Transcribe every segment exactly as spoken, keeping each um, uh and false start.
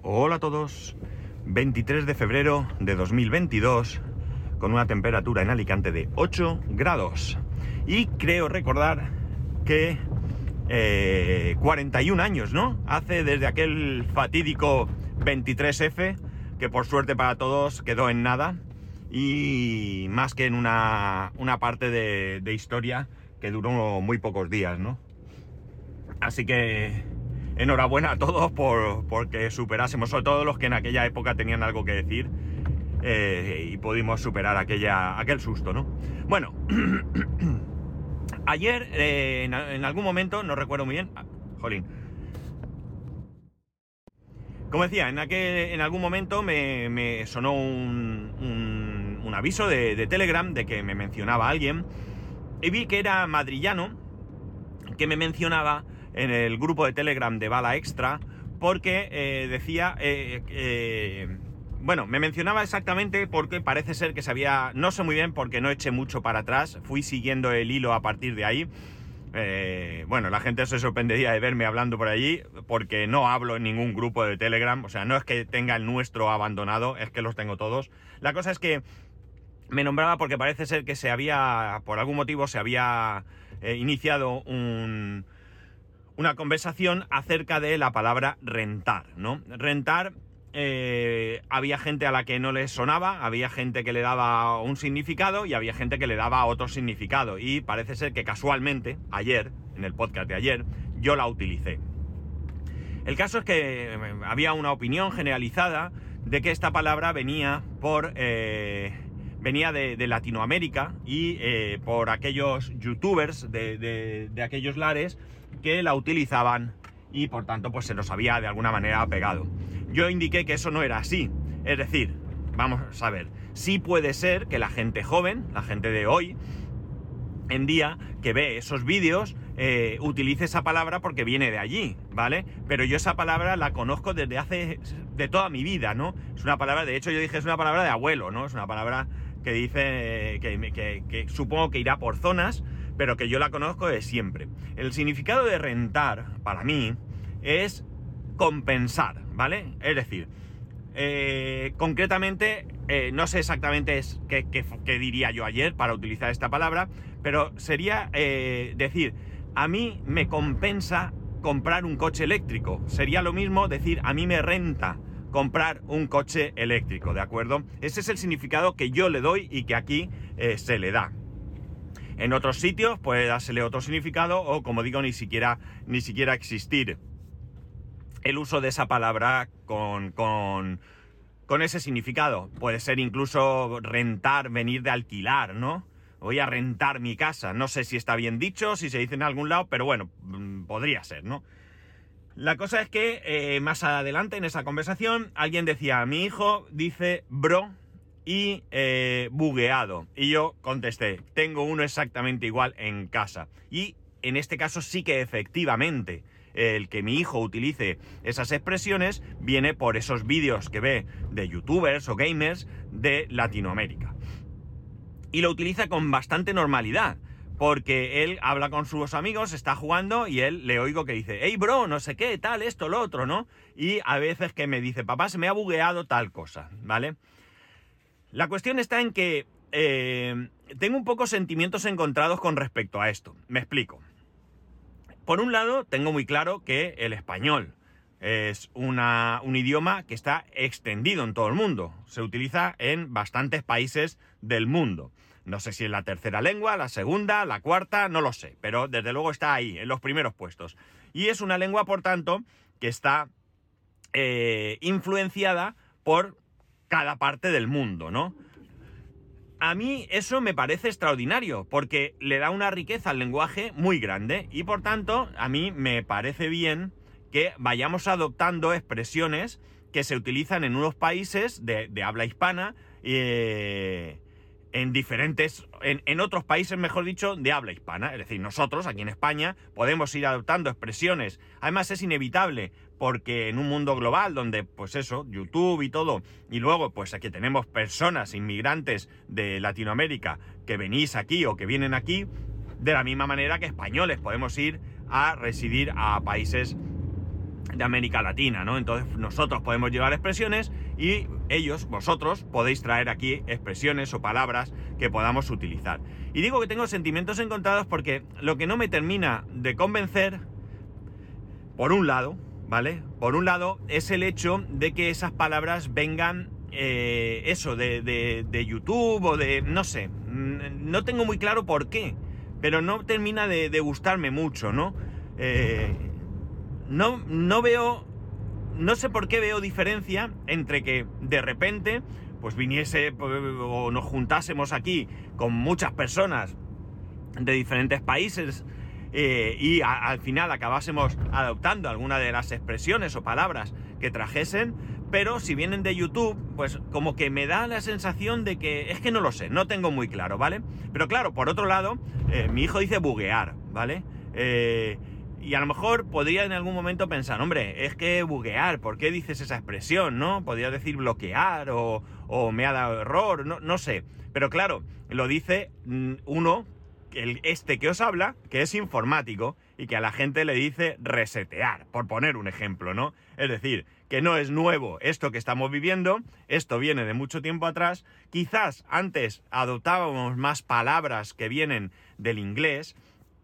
Hola a todos, veintitrés de febrero de dos mil veintidós, con una temperatura en Alicante de ocho grados. Y creo recordar que eh, cuarenta y un años, ¿no? Hace desde aquel fatídico veintitrés efe, que por suerte para todos quedó en nada, y más que en una, una parte de, de historia que duró muy pocos días, ¿no? Así que enhorabuena a todos por porque superásemos, sobre todo los que en aquella época tenían algo que decir, eh, y pudimos superar aquella, aquel susto, ¿no? Bueno, ayer eh, en, en algún momento, no recuerdo muy bien, ah, jolín, como decía, en, aquel, en algún momento me, me sonó un, un, un aviso de, de Telegram de que me mencionaba alguien, y vi que era Madrillano, que me mencionaba en el grupo de Telegram de Bala Extra, porque eh, decía, eh, eh, bueno, me mencionaba exactamente porque parece ser que se había, no sé muy bien porque no eché mucho para atrás, fui siguiendo el hilo a partir de ahí. Eh, bueno, la gente se sorprendería de verme hablando por allí, porque no hablo en ningún grupo de Telegram, o sea, no es que tenga el nuestro abandonado, es que los tengo todos. La cosa es que me nombraba porque parece ser que se había, por algún motivo, se había eh, iniciado un... una conversación acerca de la palabra rentar, ¿no? Rentar, eh, había gente a la que no le sonaba, había gente que le daba un significado y había gente que le daba otro significado. Y parece ser que casualmente, ayer, en el podcast de ayer, yo la utilicé. El caso es que había una opinión generalizada de que esta palabra venía por... Eh, venía de, de Latinoamérica y eh, por aquellos youtubers de, de, de aquellos lares que la utilizaban y por tanto pues se nos había de alguna manera pegado. Yo indiqué que eso no era así, es decir, vamos a ver, sí puede ser que la gente joven, la gente de hoy en día que ve esos vídeos, eh, utilice esa palabra porque viene de allí, ¿vale? Pero yo esa palabra la conozco desde hace, de toda mi vida, ¿no? Es una palabra, de hecho yo dije, es una palabra de abuelo, ¿no? Es una palabra que dice, que, que, que supongo que irá por zonas, pero que yo la conozco de siempre. El significado de rentar, para mí, es compensar, ¿vale? Es decir, eh, concretamente, eh, no sé exactamente es qué, qué, qué diría yo ayer para utilizar esta palabra, pero sería eh, decir, a mí me compensa comprar un coche eléctrico. Sería lo mismo decir, a mí me renta comprar un coche eléctrico, ¿de acuerdo? Ese es el significado que yo le doy y que aquí eh, se le da. En otros sitios puede dársele otro significado o, como digo, ni siquiera, ni siquiera existir el uso de esa palabra con, con, con ese significado. Puede ser incluso rentar, venir de alquilar, ¿no? Voy a rentar mi casa. No sé si está bien dicho, si se dice en algún lado, pero bueno, podría ser, ¿no? La cosa es que eh, más adelante en esa conversación alguien decía, mi hijo dice bro y eh, bugueado. Y yo contesté, tengo uno exactamente igual en casa. Y en este caso sí que efectivamente el que mi hijo utilice esas expresiones viene por esos vídeos que ve de youtubers o gamers de Latinoamérica. Y lo utiliza con bastante normalidad, porque él habla con sus amigos, está jugando y él le oigo que dice, hey bro, no sé qué, tal, esto, lo otro, ¿no? Y a veces que me dice, papá, se me ha bugueado tal cosa, ¿vale? La cuestión está en que eh, tengo un poco sentimientos encontrados con respecto a esto. Me explico. Por un lado, tengo muy claro que el español es una, un idioma que está extendido en todo el mundo. Se utiliza en bastantes países del mundo. No sé si es la tercera lengua, la segunda, la cuarta, no lo sé. Pero desde luego está ahí, en los primeros puestos. Y es una lengua, por tanto, que está eh, influenciada por cada parte del mundo, ¿no? A mí eso me parece extraordinario, porque le da una riqueza al lenguaje muy grande y por tanto a mí me parece bien que vayamos adoptando expresiones que se utilizan en unos países de, de habla hispana, eh, en diferentes, en, en otros países, mejor dicho, de habla hispana. Es decir, nosotros aquí en España podemos ir adoptando expresiones. Además es inevitable, porque en un mundo global donde, pues eso, YouTube y todo, y luego pues aquí tenemos personas inmigrantes de Latinoamérica que venís aquí o que vienen aquí, de la misma manera que españoles podemos ir a residir a países de América Latina, ¿no? Entonces nosotros podemos llevar expresiones y ellos, vosotros, podéis traer aquí expresiones o palabras que podamos utilizar. Y digo que tengo sentimientos encontrados porque lo que no me termina de convencer, por un lado, ¿vale? Por un lado es el hecho de que esas palabras vengan, eh, eso, de, de, de YouTube o de, no sé, no tengo muy claro por qué, pero no termina de, de gustarme mucho, ¿no? Eh... No, no veo, no sé por qué veo diferencia entre que de repente pues viniese o nos juntásemos aquí con muchas personas de diferentes países eh, y a, al final acabásemos adoptando alguna de las expresiones o palabras que trajesen, pero si vienen de YouTube, pues como que me da la sensación de que, es que no lo sé, no tengo muy claro, ¿vale? Pero claro, por otro lado, eh, mi hijo dice buguear, ¿vale? Eh... Y a lo mejor podría en algún momento pensar, hombre, es que buguear, ¿por qué dices esa expresión, no? Podría decir bloquear o, o me ha dado error, no, no sé. Pero claro, lo dice uno, el, este que os habla, que es informático y que a la gente le dice resetear, por poner un ejemplo, ¿no? Es decir, que no es nuevo esto que estamos viviendo, esto viene de mucho tiempo atrás, quizás antes adoptábamos más palabras que vienen del inglés,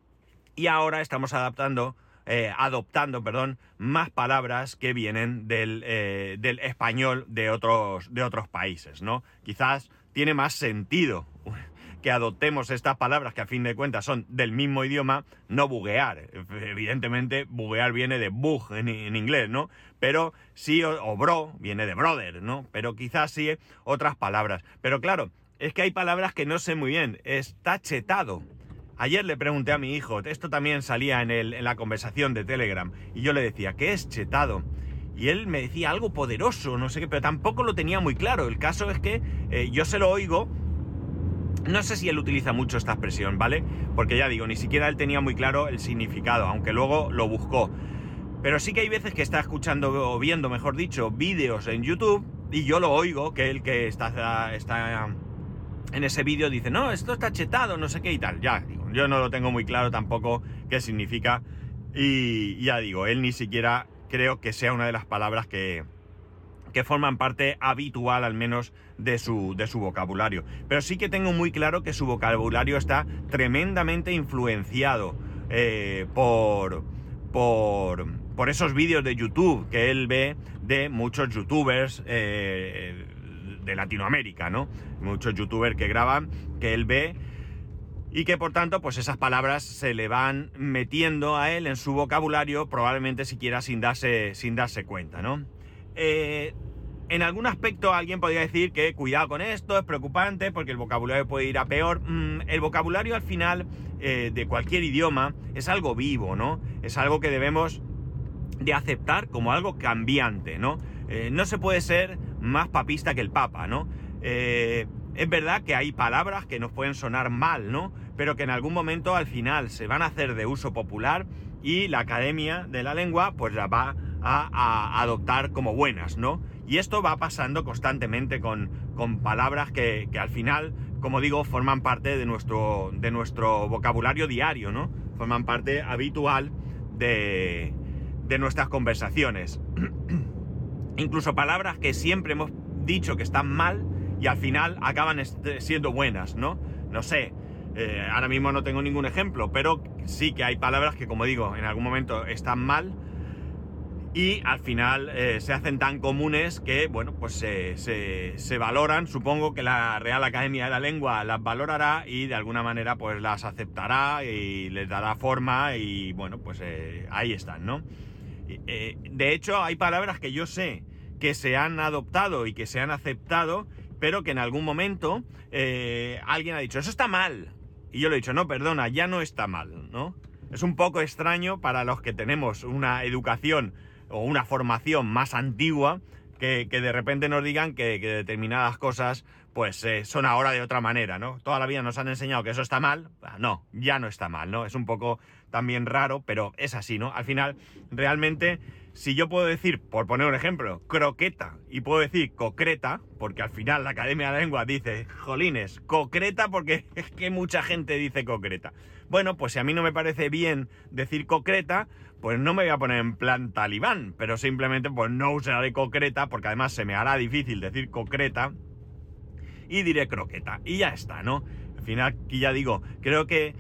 y ahora estamos adaptando, eh, adoptando, perdón, más palabras que vienen del, eh, del español de otros, de otros países, ¿no? Quizás tiene más sentido que adoptemos estas palabras que a fin de cuentas son del mismo idioma, no buguear. Evidentemente, buguear viene de bug en, en inglés, ¿no? Pero sí, o, o bro, viene de brother, ¿no? Pero quizás sí otras palabras. Pero claro, es que hay palabras que no sé muy bien. Está chetado. Ayer le pregunté a mi hijo, esto también salía en, el, en la conversación de Telegram, y yo le decía, ¿qué es chetado? Y él me decía algo poderoso, no sé qué, pero tampoco lo tenía muy claro. El caso es que eh, yo se lo oigo, no sé si él utiliza mucho esta expresión, ¿vale? Porque ya digo, ni siquiera él tenía muy claro el significado, aunque luego lo buscó. Pero sí que hay veces que está escuchando o viendo, mejor dicho, vídeos en YouTube, y yo lo oigo, que él que está... está en ese vídeo dice, no, esto está chetado, no sé qué y tal. Ya digo, yo no lo tengo muy claro tampoco qué significa. Y ya digo, él ni siquiera creo que sea una de las palabras que, que forman parte habitual, al menos, de su, de su vocabulario. Pero sí que tengo muy claro que su vocabulario está tremendamente influenciado eh, por, por, por esos vídeos de YouTube que él ve de muchos youtubers eh, de Latinoamérica, ¿no? Muchos youtubers que graban, que él ve y que por tanto pues esas palabras se le van metiendo a él en su vocabulario, probablemente siquiera sin darse, sin darse cuenta, ¿no? Eh, en algún aspecto alguien podría decir que cuidado con esto, es preocupante porque el vocabulario puede ir a peor. Mm, el vocabulario al final eh, de cualquier idioma es algo vivo, ¿no? Es algo que debemos de aceptar como algo cambiante, ¿no? Eh, no se puede ser más papista que el Papa, ¿no? Eh, es verdad que hay palabras que nos pueden sonar mal, ¿no? Pero que en algún momento al final se van a hacer de uso popular y la Academia de la Lengua pues las va a, a adoptar como buenas, ¿no? Y esto va pasando constantemente con, con palabras que, que al final, como digo, forman parte de nuestro, de nuestro vocabulario diario, ¿no? Forman parte habitual de, de nuestras conversaciones. Incluso palabras que siempre hemos dicho que están mal y al final acaban siendo buenas, ¿no? No sé, eh, ahora mismo no tengo ningún ejemplo, pero sí que hay palabras que, como digo, en algún momento están mal y al final eh, se hacen tan comunes que, bueno, pues se, se, se valoran. Supongo que la Real Academia de la Lengua las valorará y de alguna manera pues las aceptará y les dará forma y, bueno, pues eh, ahí están, ¿no? Eh, de hecho, hay palabras que yo sé que se han adoptado y que se han aceptado, pero que en algún momento eh, alguien ha dicho, eso está mal. Y yo le he dicho, no, perdona, ya no está mal, ¿no? Es un poco extraño para los que tenemos una educación o una formación más antigua, que, que de repente nos digan que, que determinadas cosas pues eh, son ahora de otra manera, ¿no? Toda la vida nos han enseñado que eso está mal. No, ya no está mal, ¿no? Es un poco también raro, pero es así, ¿no? Al final, realmente, si yo puedo decir, por poner un ejemplo, croqueta, y puedo decir concreta, porque al final la Academia de la Lengua dice, jolines, concreta, porque es que mucha gente dice concreta. Bueno, pues si a mí no me parece bien decir concreta, pues no me voy a poner en plan talibán, pero simplemente pues no usaré concreta, porque además se me hará difícil decir concreta, y diré croqueta, y ya está, ¿no? Al final, aquí ya digo, creo que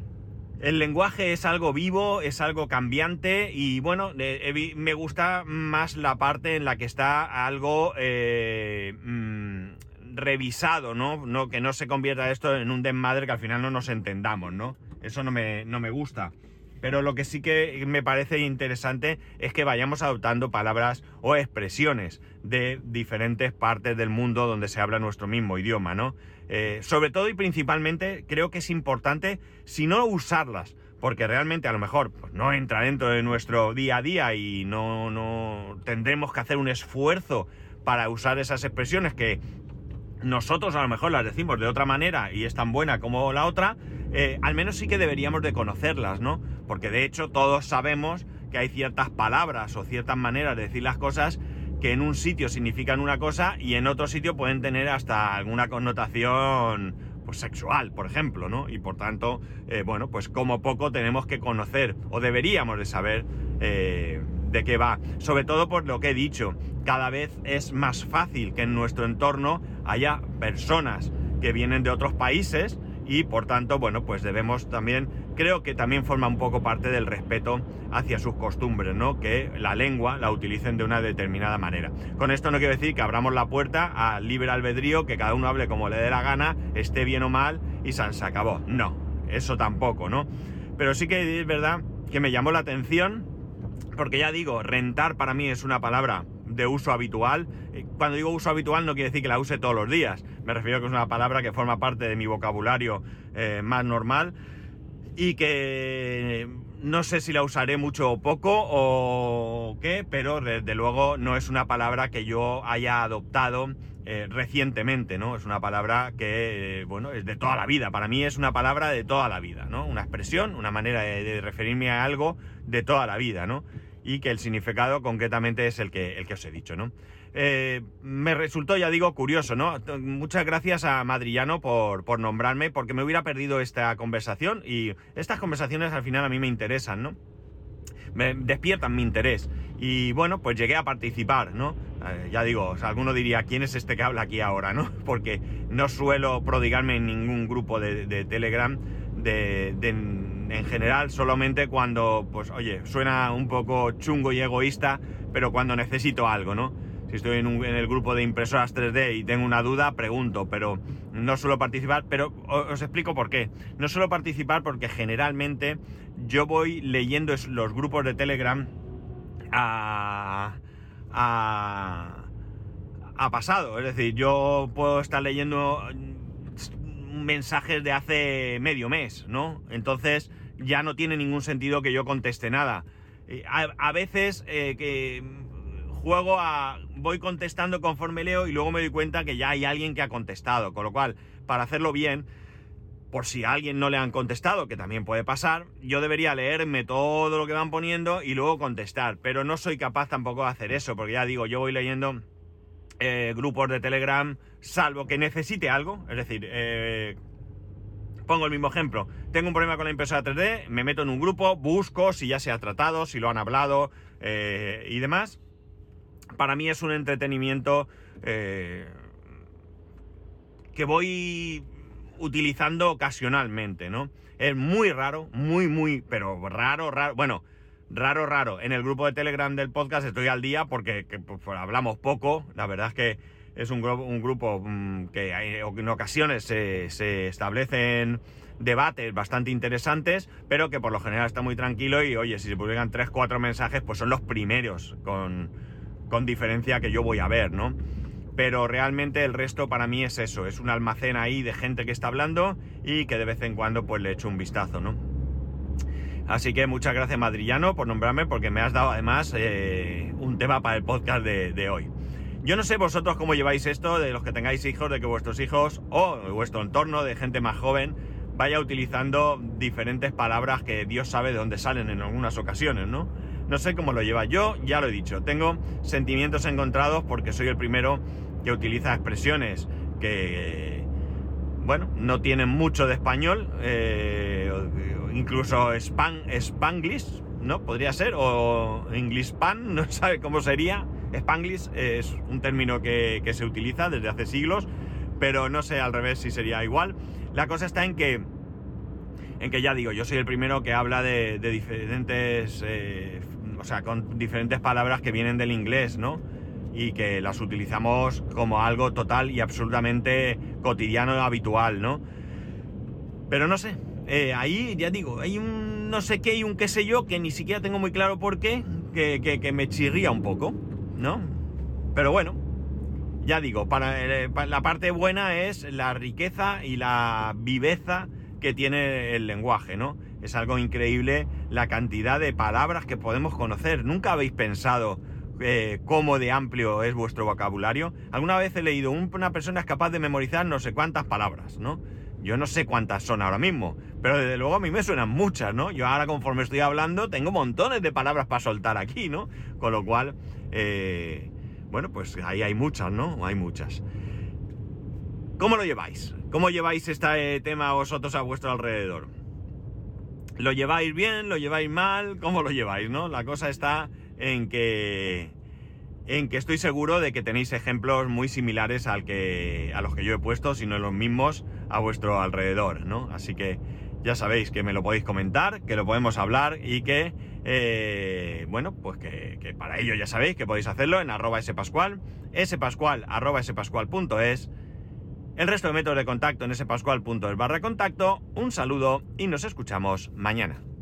el lenguaje es algo vivo, es algo cambiante, y bueno, eh, me gusta más la parte en la que está algo eh, mmm, revisado, ¿no? ¿no? Que no se convierta esto en un desmadre que al final no nos entendamos, ¿no? Eso no me, no me gusta. Pero lo que sí que me parece interesante es que vayamos adoptando palabras o expresiones de diferentes partes del mundo donde se habla nuestro mismo idioma, ¿no? Eh, sobre todo y principalmente creo que es importante, si no usarlas, porque realmente a lo mejor pues, no entra dentro de nuestro día a día y no, no tendremos que hacer un esfuerzo para usar esas expresiones que nosotros a lo mejor las decimos de otra manera y es tan buena como la otra, eh, al menos sí que deberíamos de conocerlas, ¿no? Porque de hecho todos sabemos que hay ciertas palabras o ciertas maneras de decir las cosas que en un sitio significan una cosa y en otro sitio pueden tener hasta alguna connotación pues sexual, por ejemplo, ¿no? Y por tanto, eh, bueno, pues como poco tenemos que conocer o deberíamos de saber eh, de qué va. Sobre todo por lo que he dicho, cada vez es más fácil que en nuestro entorno haya personas que vienen de otros países y por tanto, bueno, pues debemos también, creo que también forma un poco parte del respeto hacia sus costumbres, ¿no? Que la lengua la utilicen de una determinada manera. Con esto no quiero decir que abramos la puerta al libre albedrío, que cada uno hable como le dé la gana, esté bien o mal y se acabó. No, eso tampoco, ¿no? Pero sí que es verdad que me llamó la atención, porque ya digo, rentar para mí es una palabra de uso habitual. Cuando digo uso habitual no quiere decir que la use todos los días, me refiero a que es una palabra que forma parte de mi vocabulario eh, más normal y que no sé si la usaré mucho o poco o qué, pero desde luego no es una palabra que yo haya adoptado eh, recientemente, ¿no? Es una palabra que, eh, bueno, es de toda la vida. Para mí es una palabra de toda la vida, ¿no? Una expresión, una manera de, de referirme a algo de toda la vida, ¿no? Y que el significado concretamente es el que, el que os he dicho, ¿no? Eh, me resultó, ya digo, curioso, ¿no? Muchas gracias a Madrillano por, por nombrarme, porque me hubiera perdido esta conversación y estas conversaciones al final a mí me interesan, ¿no? Me despiertan mi interés y bueno, pues llegué a participar, ¿no? Eh, ya digo, o sea, alguno diría, ¿quién es este que habla aquí ahora, no? Porque no suelo prodigarme en ningún grupo de, de Telegram de... de en general, solamente cuando, pues oye, suena un poco chungo y egoísta, pero cuando necesito algo, ¿no? Si estoy en, un, en el grupo de impresoras tres D y tengo una duda, pregunto, pero no suelo participar, pero os, os explico por qué. No suelo participar porque generalmente yo voy leyendo los grupos de Telegram a, a, a pasado, es decir, yo puedo estar leyendo mensajes de hace medio mes, ¿no? Entonces ya no tiene ningún sentido que yo conteste nada. A, a veces eh, que juego a... voy contestando conforme leo y luego me doy cuenta que ya hay alguien que ha contestado, con lo cual, para hacerlo bien, por si a alguien no le han contestado, que también puede pasar, yo debería leerme todo lo que van poniendo y luego contestar, pero no soy capaz tampoco de hacer eso, porque ya digo, yo voy leyendo eh, grupos de Telegram, salvo que necesite algo, es decir, eh, pongo el mismo ejemplo, tengo un problema con la impresora tres D, me meto en un grupo, busco si ya se ha tratado, si lo han hablado eh, y demás. Para mí es un entretenimiento eh, que voy utilizando ocasionalmente, ¿no? Es muy raro, muy, muy, pero raro, raro, bueno, raro, raro. En el grupo de Telegram del podcast estoy al día porque que, pues, hablamos poco, la verdad es que es un, grupo, un grupo mmm, que en ocasiones se, se establecen debates bastante interesantes, pero que por lo general está muy tranquilo y, oye, si se publican tres, cuatro mensajes, pues son los primeros con, con diferencia que yo voy a ver, ¿no? Pero realmente el resto para mí es eso, es un almacén ahí de gente que está hablando y que de vez en cuando pues le echo un vistazo, ¿no? Así que muchas gracias, Madrillano, por nombrarme, porque me has dado además eh, un tema para el podcast de, de hoy. Yo no sé vosotros cómo lleváis esto, de los que tengáis hijos, de que vuestros hijos o vuestro entorno de gente más joven vaya utilizando diferentes palabras que Dios sabe de dónde salen en algunas ocasiones, ¿no? No sé cómo lo lleva. Yo, ya lo he dicho, tengo sentimientos encontrados porque soy el primero que utiliza expresiones que, bueno, no tienen mucho de español, eh, incluso span, spanglish, ¿no? Podría ser, o Englishpan, no sabe cómo sería. Spanglish es un término que, que se utiliza desde hace siglos, pero no sé al revés si sería igual. La cosa está en que, en que ya digo, yo soy el primero que habla de, de diferentes, eh, o sea, con diferentes palabras que vienen del inglés, ¿no? Y que las utilizamos como algo total y absolutamente cotidiano, habitual, ¿no? Pero no sé, eh, ahí ya digo, hay un no sé qué y un qué sé yo que ni siquiera tengo muy claro por qué, que, que, que me chirría un poco, ¿no? Pero bueno, ya digo, para, eh, para la parte buena es la riqueza y la viveza que tiene el lenguaje, ¿no? Es algo increíble la cantidad de palabras que podemos conocer. ¿Nunca habéis pensado eh, cómo de amplio es vuestro vocabulario? Alguna vez he leído, una persona es capaz de memorizar no sé cuántas palabras, ¿no? Yo no sé cuántas son ahora mismo, pero desde luego a mí me suenan muchas, ¿no? Yo ahora conforme estoy hablando tengo montones de palabras para soltar aquí, ¿no? Con lo cual, eh, bueno, pues ahí hay muchas, ¿no? Hay muchas. ¿Cómo lo lleváis? ¿Cómo lleváis este tema vosotros a vuestro alrededor? ¿Lo lleváis bien? ¿Lo lleváis mal? ¿Cómo lo lleváis, no? La cosa está en que... en que estoy seguro de que tenéis ejemplos muy similares al que, a los que yo he puesto, si no los mismos, a vuestro alrededor, ¿no? Así que ya sabéis que me lo podéis comentar, que lo podemos hablar y que, eh, bueno, pues que, que para ello ya sabéis que podéis hacerlo en arroba spascual, spascual, arroba spascual.es, el resto de métodos de contacto en spascual.es barra contacto. Un saludo y nos escuchamos mañana.